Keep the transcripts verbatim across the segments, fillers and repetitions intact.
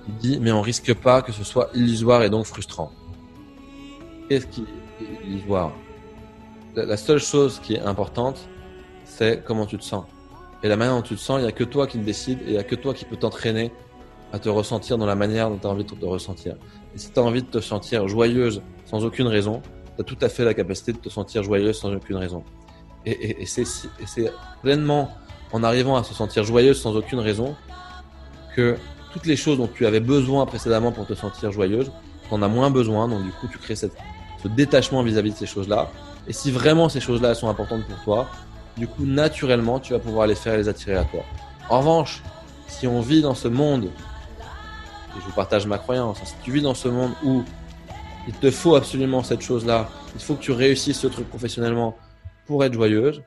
Il dit, mais on risque pas que ce soit illusoire et donc frustrant. Qu'est-ce qui est illusoire? La, la seule chose qui est importante, c'est comment tu te sens. Et la manière dont tu te sens, il n'y a que toi qui le décide et il n'y a que toi qui peux t'entraîner à te ressentir dans la manière dont tu as envie de te ressentir. Et si tu as envie de te sentir joyeuse sans aucune raison, tu as tout à fait la capacité de te sentir joyeuse sans aucune raison. Et, et, et, c'est, et c'est pleinement en arrivant à se sentir joyeuse sans aucune raison que toutes les choses dont tu avais besoin précédemment pour te sentir joyeuse, tu en as moins besoin, donc du coup tu crées cette, ce détachement vis-à-vis de ces choses-là. Et si vraiment ces choses-là sont importantes pour toi, du coup naturellement tu vas pouvoir les faire et les attirer à toi. En revanche, si on vit dans ce monde, et je vous partage ma croyance, si tu vis dans ce monde où il te faut absolument cette chose-là, il faut que tu réussisses ce truc professionnellement pour être joyeuse,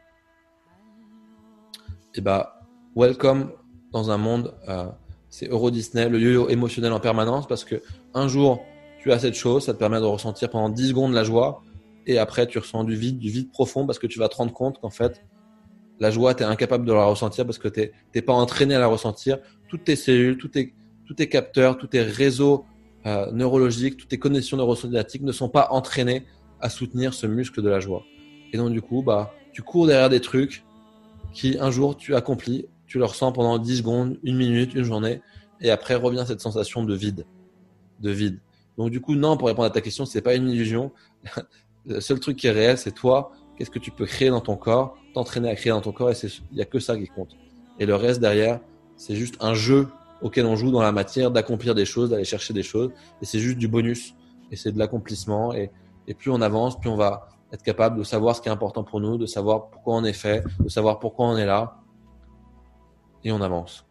et bah welcome dans un monde, euh, c'est Euro Disney, le yo-yo émotionnel en permanence, parce que un jour tu as cette chose, ça te permet de ressentir pendant dix secondes la joie, et après tu ressens du vide, du vide profond, parce que tu vas te rendre compte qu'en fait la joie, tu es incapable de la ressentir parce que tu n'es pas entraîné à la ressentir. Toutes tes cellules, tous tes, tous tes capteurs, tous tes réseaux euh, neurologiques, toutes tes connexions neurosynaptiques ne sont pas entraînés à soutenir ce muscle de la joie. Et donc du coup, bah, tu cours derrière des trucs qui un jour tu accomplis, tu le ressens pendant dix secondes, une minute, une journée, et après revient cette sensation de vide, de vide. Donc du coup, non, pour répondre à ta question, c'est pas une illusion. Le seul truc qui est réel, c'est toi. Qu'est-ce que tu peux créer dans ton corps, t'entraîner à créer dans ton corps, et il n'y a que ça qui compte. Et le reste derrière, c'est juste un jeu auquel on joue dans la matière, d'accomplir des choses, d'aller chercher des choses, et c'est juste du bonus, et c'est de l'accomplissement, et, et plus on avance, plus on va être capable de savoir ce qui est important pour nous, de savoir pourquoi on est fait, de savoir pourquoi on est là, et on avance.